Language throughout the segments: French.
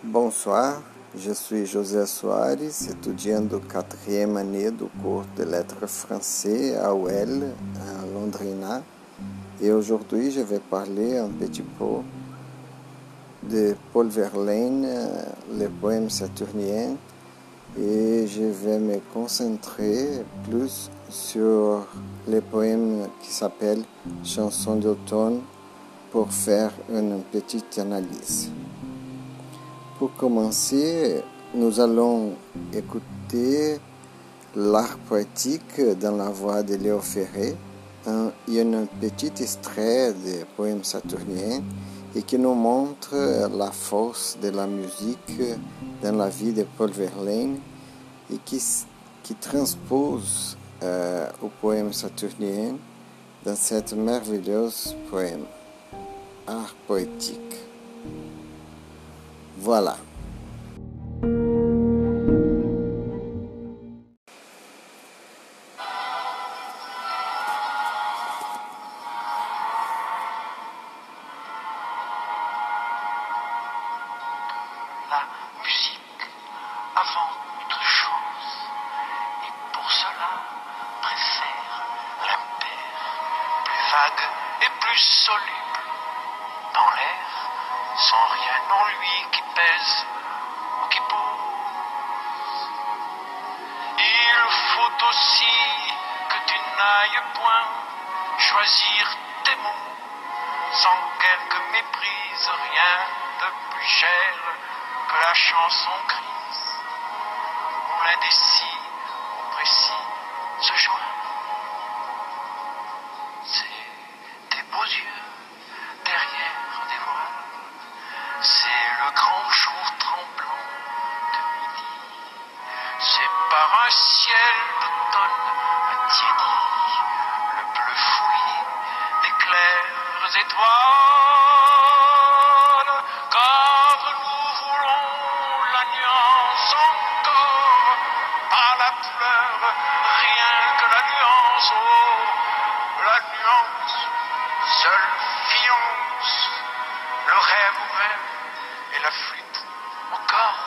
Bonsoir, je suis José Soares, étudiant de 4e année du cours de lettres français à UEL, à Londrina. Et aujourd'hui, je vais parler un petit peu de Paul Verlaine, le poème saturnien, et je vais me concentrer plus sur le poème qui s'appelle Chanson d'automne pour faire une petite analyse. Pour commencer, nous allons écouter l'art poétique dans la voix de Léo Ferré, un petit extrait des poèmes saturniens et qui nous montre la force de la musique dans la vie de Paul Verlaine et qui transpose au poème saturnien dans cet merveilleux poème, art poétique. Voilà. La musique avant toute chose, et pour cela préfère l'impair, plus vague et plus soluble dans l'air, sans rien en lui qui pèse ou qui pose. Il faut aussi que tu n'ailles point choisir tes mots sans quelque méprise, rien de plus cher que la chanson grise, où l'indécis au précis se joint. C'est tes beaux yeux derrière des voiles, c'est le grand jour tremblant de midi, c'est par un ciel d'automne attiédi, le bleu fouillé des claires étoiles, car nous voulons la nuance encore, pas la fleur, rien que la nuance, oh, la nuance, seule fiance, le rêve au rêve et la flûte au corps.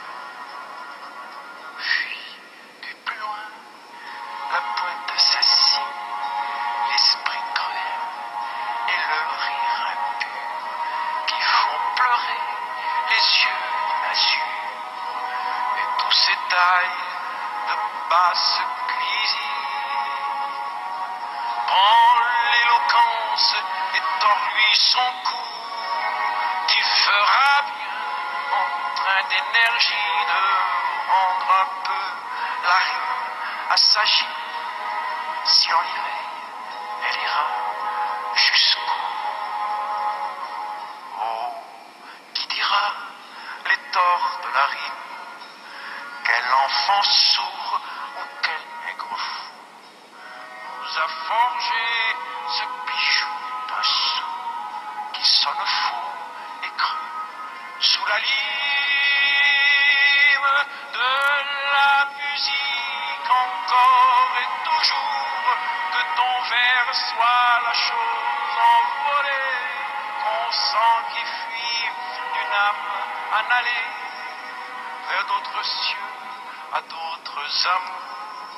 Puis, du plus loin, la pointe assassine, l'esprit cruel et le rire impur qui font pleurer les yeux d'azur et tous ces tailles de basse cuisine. Prends l'éloquence et tords-lui son cou, tu feras bien en train d'énergie de rendre un peu la rime à sa gîte. Si on irait, elle ira jusqu'où? Oh, qui dira les torts de la rime? Quel enfant sourd ou quel nègre fou nous a forgé ce bijou d'un sou qui sonne faux et cru sous la lime de la musique encore et toujours, que ton vers soit la chose envolée qu'on sent qui fuit d'une âme annalée vers d'autres cieux, à d'autres amours.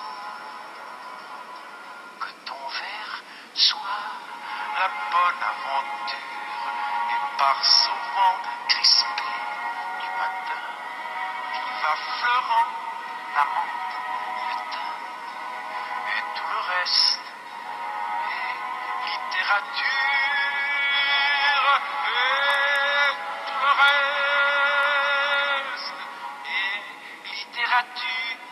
Que ton vers soit la bonne aventure et par ce vent crispé du matin qui va fleurant la menthe, le thym et tout le reste est littérature et tout le reste est littérature.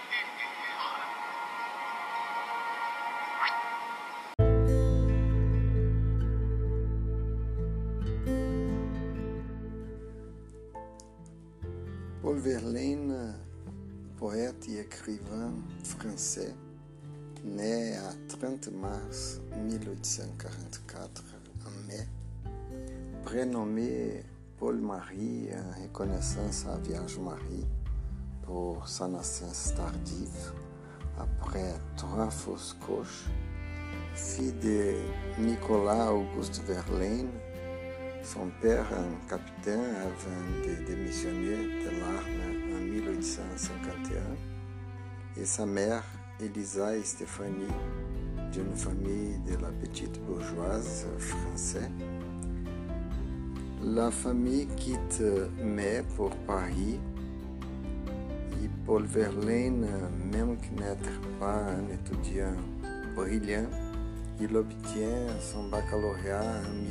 Paul Verlaine, poète et écrivain français, né à 30 mars 1844 en mai, prénommé Paul-Marie en reconnaissance à Vierge Marie pour sa naissance tardive après 3 fausses couches, fille de Nicolas Auguste Verlaine, Son père, un capitaine, avant de démissionner de l'armée en 1851, et sa mère, Elisa et Stéphanie, d'une famille de la petite bourgeoise française. La famille quitte mai pour Paris et Paul Verlaine, même qui n'était pas un étudiant brillant, il obtient son baccalauréat en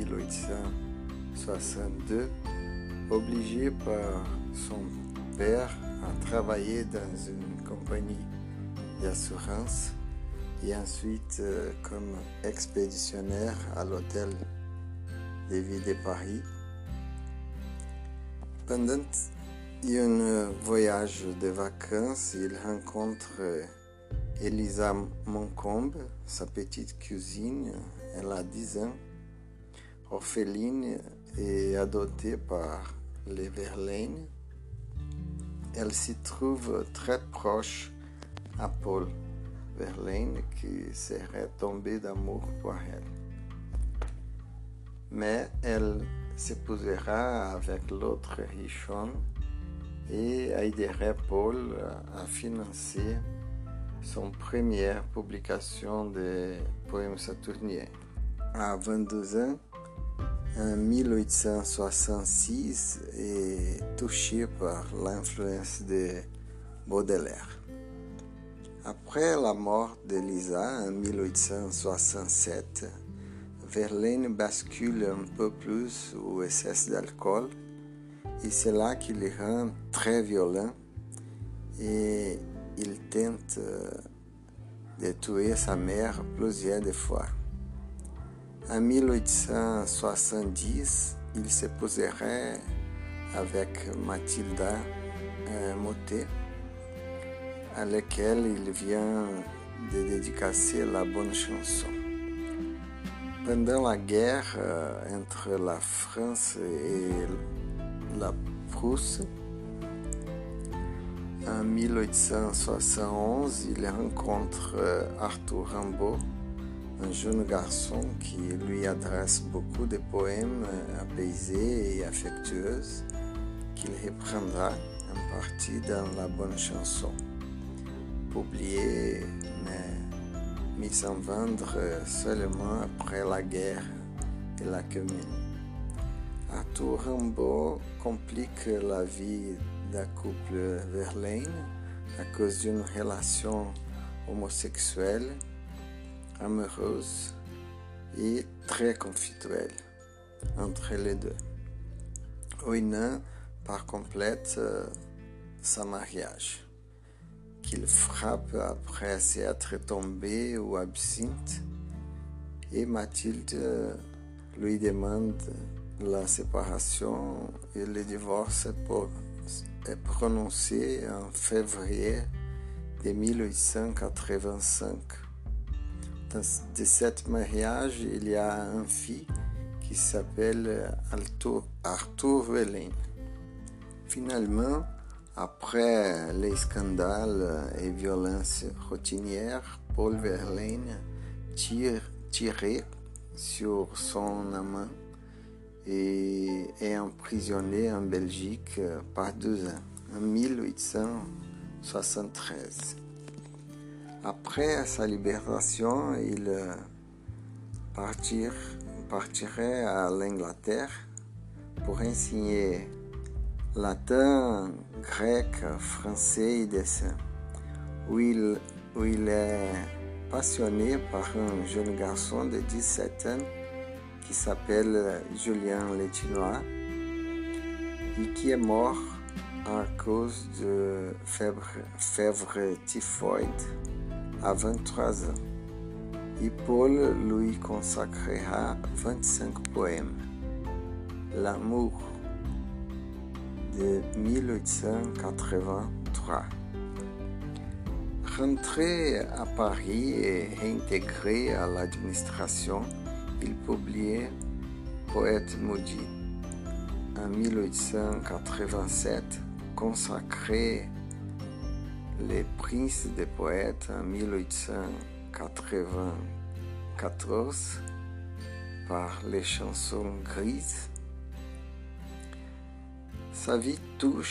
1862, obligé par son père à travailler dans une compagnie d'assurance et ensuite comme expéditionnaire à l'hôtel de ville de Paris. Pendant un voyage de vacances, il rencontre Elisa Moncombe, sa petite cousine. Elle a 10 ans, orpheline et adoptée par les Verlaine. Elle s'y trouve très proche à Paul Verlaine, qui serait tombé d'amour pour elle. Mais elle s'épousera avec l'autre riche homme et aiderait Paul à financer son première publication de poèmes saturniens. À 22 ans, en 1866, est touché par l'influence de Baudelaire. Après la mort d'Elisa en 1867, Verlaine bascule un peu plus au excès d'alcool et c'est là qu'il le rend très violent et il tente de tuer sa mère plusieurs fois. En 1870, il se poserait avec Mathilda Mottet, à laquelle il vient de dédicacer la bonne chanson. Pendant la guerre entre la France et la Prusse, en 1871, il rencontre Arthur Rimbaud, un jeune garçon qui lui adresse beaucoup de poèmes apaisés et affectueux qu'il reprendra en partie dans la bonne chanson, publiée mais mise en vente seulement après la guerre et la Commune. Arthur Rimbaud complique la vie d'un couple Verlaine à cause d'une relation homosexuelle, amoureuse et très conflictuelle entre les deux, ruinant par complète son mariage, qu'il frappe après s'être tombé ou absinthe, et Mathilde lui demande la séparation et le divorce est prononcé en février de 1885. De cet mariage, il y a un fils qui s'appelle Arthur Verlaine. Finalement, après les scandales et violences routinières, Paul Verlaine tire sur son amant et est emprisonné en Belgique par 2 ans, en 1873. Après sa libération, il partirait à l'Angleterre pour enseigner latin, grec, français et dessin, où il est passionné par un jeune garçon de 17 ans qui s'appelle Julien Létinois et qui est mort à cause de fièvre typhoïde à 23 ans. Et Paul lui consacrera 25 poèmes. L'amour de 1883. Rentré à Paris et réintégré à l'administration, il publie Poète maudit en 1887, consacré Les Princes des Poètes en 1894 par les chansons grises Sa vie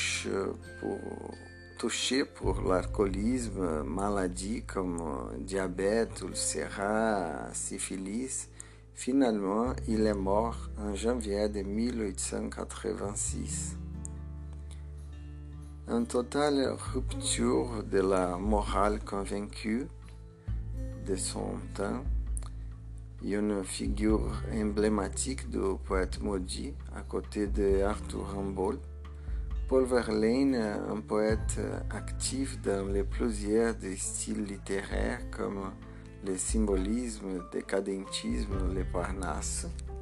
touchée pour l'alcoolisme, maladies comme diabète, ulcérat, syphilis. Finalement, il est mort en janvier de 1886. Une totale rupture de la morale convaincue de son temps, une figure emblématique du poète maudit à côté de Arthur Rimbaud. Paul Verlaine, un poète actif dans les plusieurs des styles littéraires comme le symbolisme, le décadentisme, le Parnasse.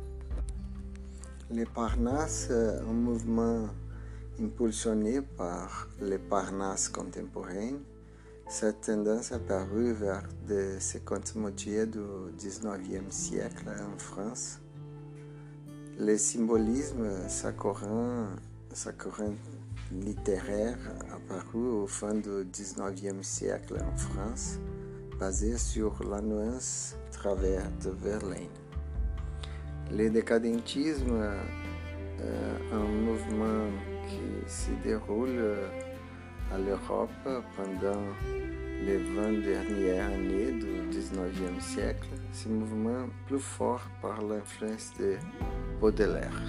Le Parnasse, un mouvement impulsionné par le Parnasse contemporain. Cette tendance apparue vers le second moitié du XIXe siècle en France. Le symbolisme, sa courant littéraire apparu au fin du XIXe siècle en France, basé sur la nuance travers de Verlaine. Le décadentisme, un mouvement qui se déroule à l'Europe pendant les 20 dernières années du XIXe siècle, ce mouvement plus fort par l'influence de Baudelaire.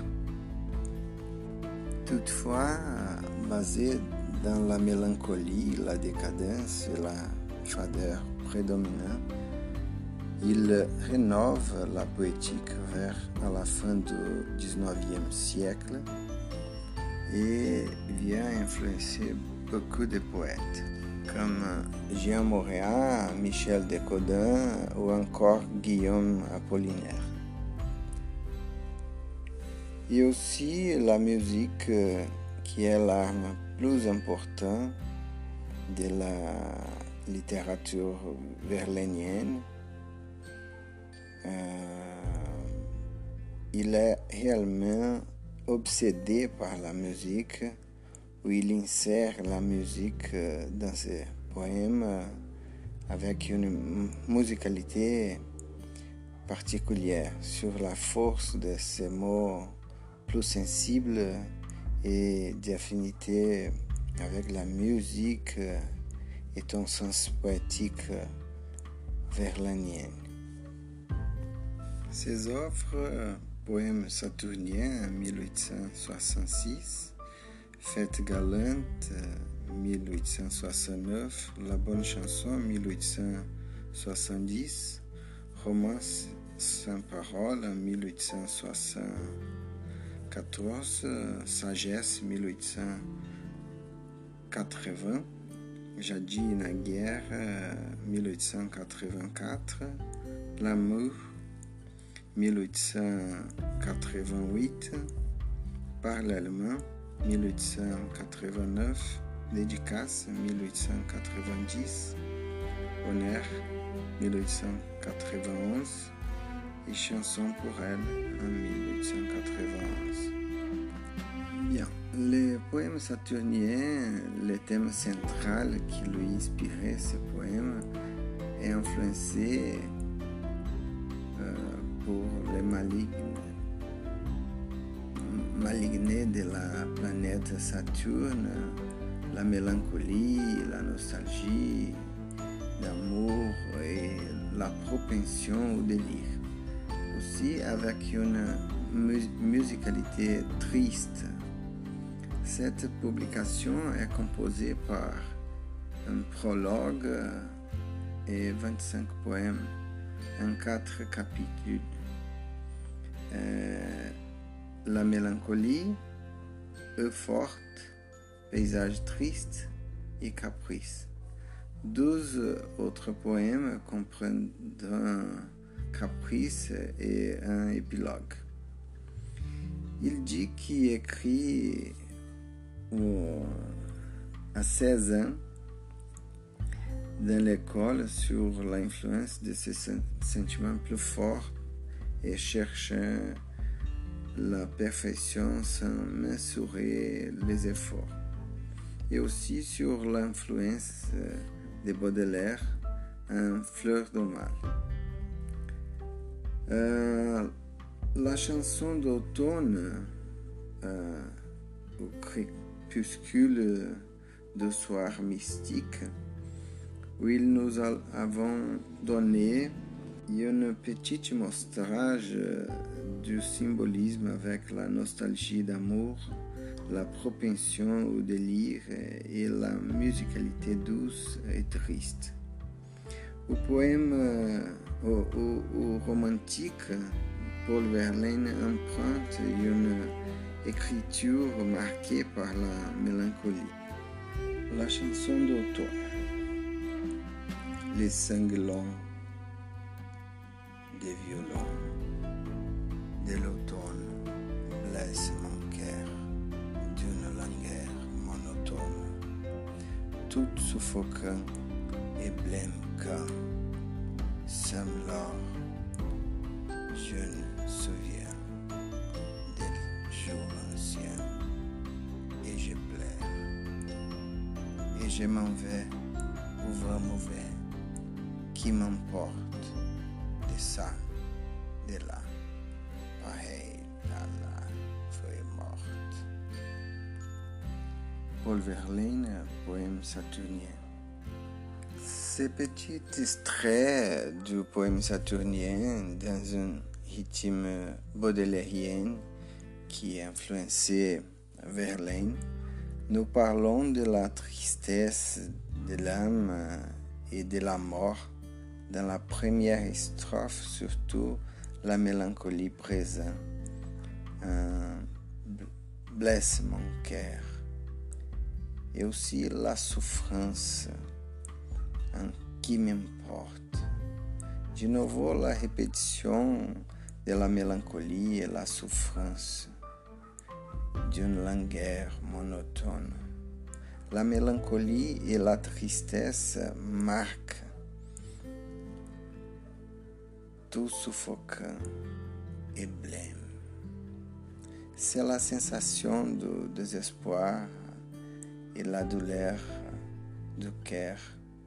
Toutefois, basé dans la mélancolie, la décadence et la fadeur prédominante, il rénove la poétique vers à la fin du XIXe siècle et vient influencer beaucoup de poètes comme Jean Moréas, Michel de Codin ou encore Guillaume Apollinaire. Et aussi la musique qui est l'arme plus importante de la littérature verlainienne. Il est réellement obsédé par la musique, où il insère la musique dans ses poèmes avec une musicalité particulière sur la force de ces mots plus sensibles et d'affinité avec la musique et un sens poétique verlanien. Ses œuvres, poèmes saturniens en 1866, Fête galante 1869, La bonne chanson 1870, Romance sans parole en 1874, Sagesse 1880, Jadis naguère 1884, L'amour 1888, Parallèlement 1889, Dédicace 1890, Honneur 1891 et Chanson pour elle en 1891. Bien, les poèmes saturniens, le thème central qui lui inspirait ce poème est influencé pour les malignés de la planète Saturne, la mélancolie, la nostalgie, l'amour et la propension au délire. Aussi avec une musicalité triste. Cette publication est composée par un prologue et 25 poèmes en 4 capitules. La mélancolie, Eau forte, Paysage triste et Caprice. 12 autres poèmes comprennent un caprice et un épilogue. Il dit qu'il écrit à 16 ans dans l'école sur l'influence de ses sentiments plus forts et cherchant la perfection sans mesurer les efforts. Et aussi sur l'influence de Baudelaire en Fleur du mal. La chanson d'automne au crépuscule de soir mystique, où il nous avons donné un petit monstrage du symbolisme avec la nostalgie d'amour, la propension au délire et la musicalité douce et triste. Au poème au romantique, Paul Verlaine emprunte une écriture marquée par la mélancolie. La chanson d'automne. Les sanglants des violons de l'automne blessent mon cœur d'une langueur monotone, tout suffocant et blême quand sème l'or. Je me souviens des jours anciens et je pleure et je m'en vais au vent mauvais qui m'emporte de ça, de là, pareil à la feuille morte. Paul Verlaine, poème saturnien. Ces petits extraits du poème saturnien dans un rythme baudelairien qui a influencé Verlaine, nous parlons de la tristesse de l'âme et de la mort. Dans la première strophe, surtout la mélancolie présente blesse mon cœur et aussi la souffrance qui m'importe. De nouveau, la répétition de la mélancolie et la souffrance d'une langueur monotone. La mélancolie et la tristesse marquent tout suffocant et blême. C'est la sensation du désespoir et la douleur du cœur.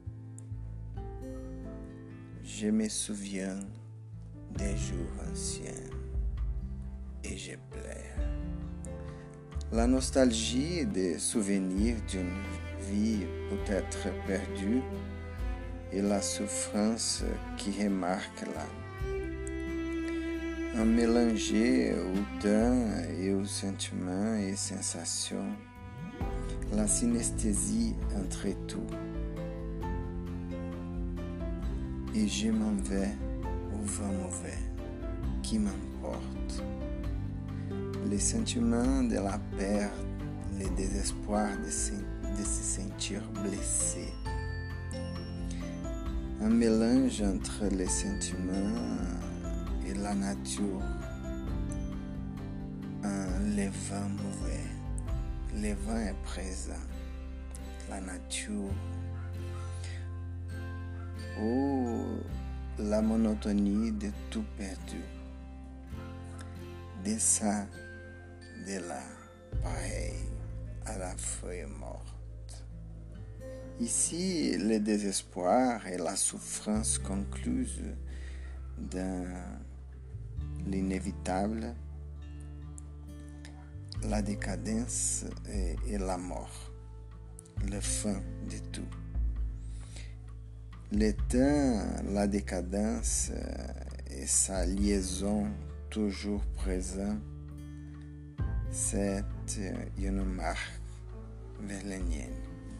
Je me souviens des jours anciens et je pleure. La nostalgie des souvenirs d'une vie peut-être perdue et la souffrance qui remarque là. Un mélanger au temps et aux sentiments et sensations, la synesthésie entre tout. Et je m'en vais au vent mauvais qui m'emporte. Les sentiments de la perte, le désespoir de se sentir blessé. Un mélange entre les sentiments et la nature. Le vent mauvais. Le vent est présent. La nature. Ou la monotonie de tout perdu. De ça, de là, pareil à la feuille morte. Ici, le désespoir et la souffrance conclusent dans l'inévitable, la décadence et la mort, le fin de tout. Le temps, la décadence et sa liaison toujours présente, c'est une marque verlainienne.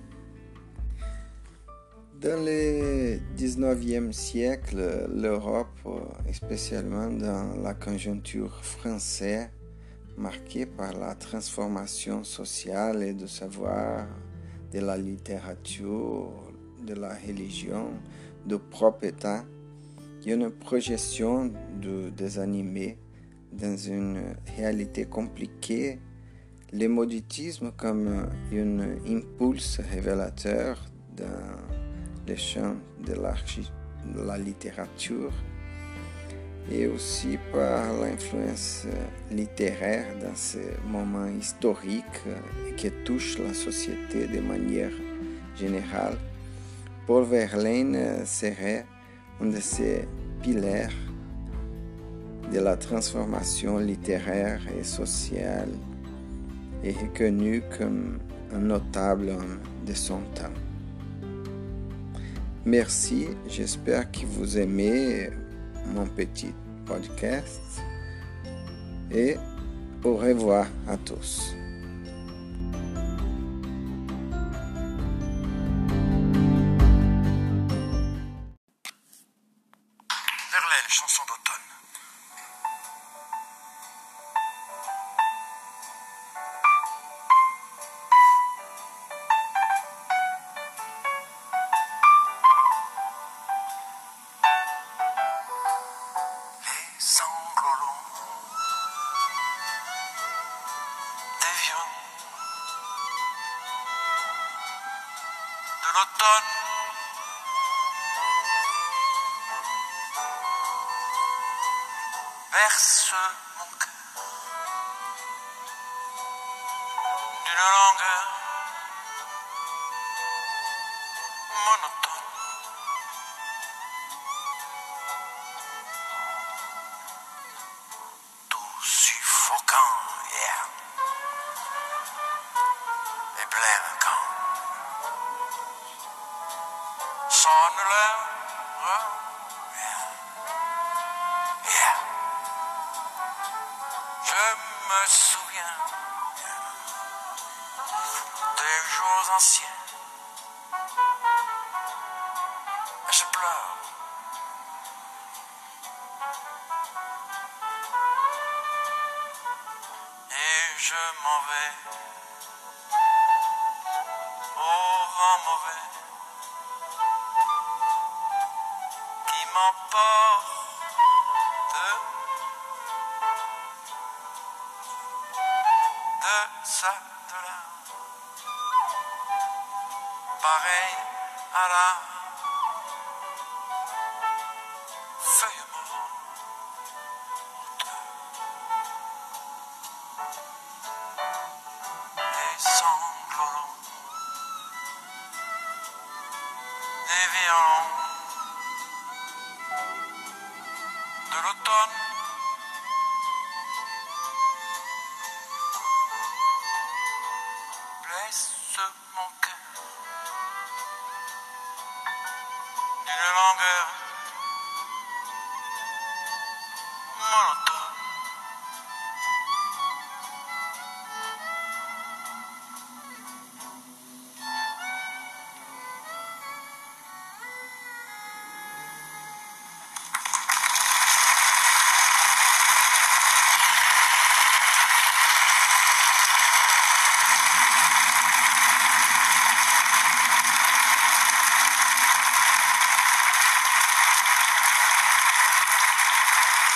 Dans le 19e siècle, l'Europe, spécialement dans la conjoncture française, marquée par la transformation sociale et du savoir, de la littérature, de la religion, du propre État, il y a une projection des animés dans une réalité compliquée, le moditisme comme un impulse révélateur dans le champ de la littérature et aussi par l'influence littéraire dans ce moment historique qui touche la société de manière générale. Paul Verlaine serait un de ces piliers de la transformation littéraire et sociale et reconnu comme un notable homme de son temps. Merci, j'espère que vous aimez mon petit podcast et au revoir à tous. Verlaine, chanson d'automne. Les sanglots longs des violons de l'automne bercent mon cœur d'une langueur monotone. Tout suffocant, yeah, et blême-quand sonne l'heure, yeah, yeah. Je me souviens des jours anciens et je pleure. Et je m'en vais au vent mauvais qui m'emporte de ça, de là, pareil à la feuille morte. Les sanglots longs des violons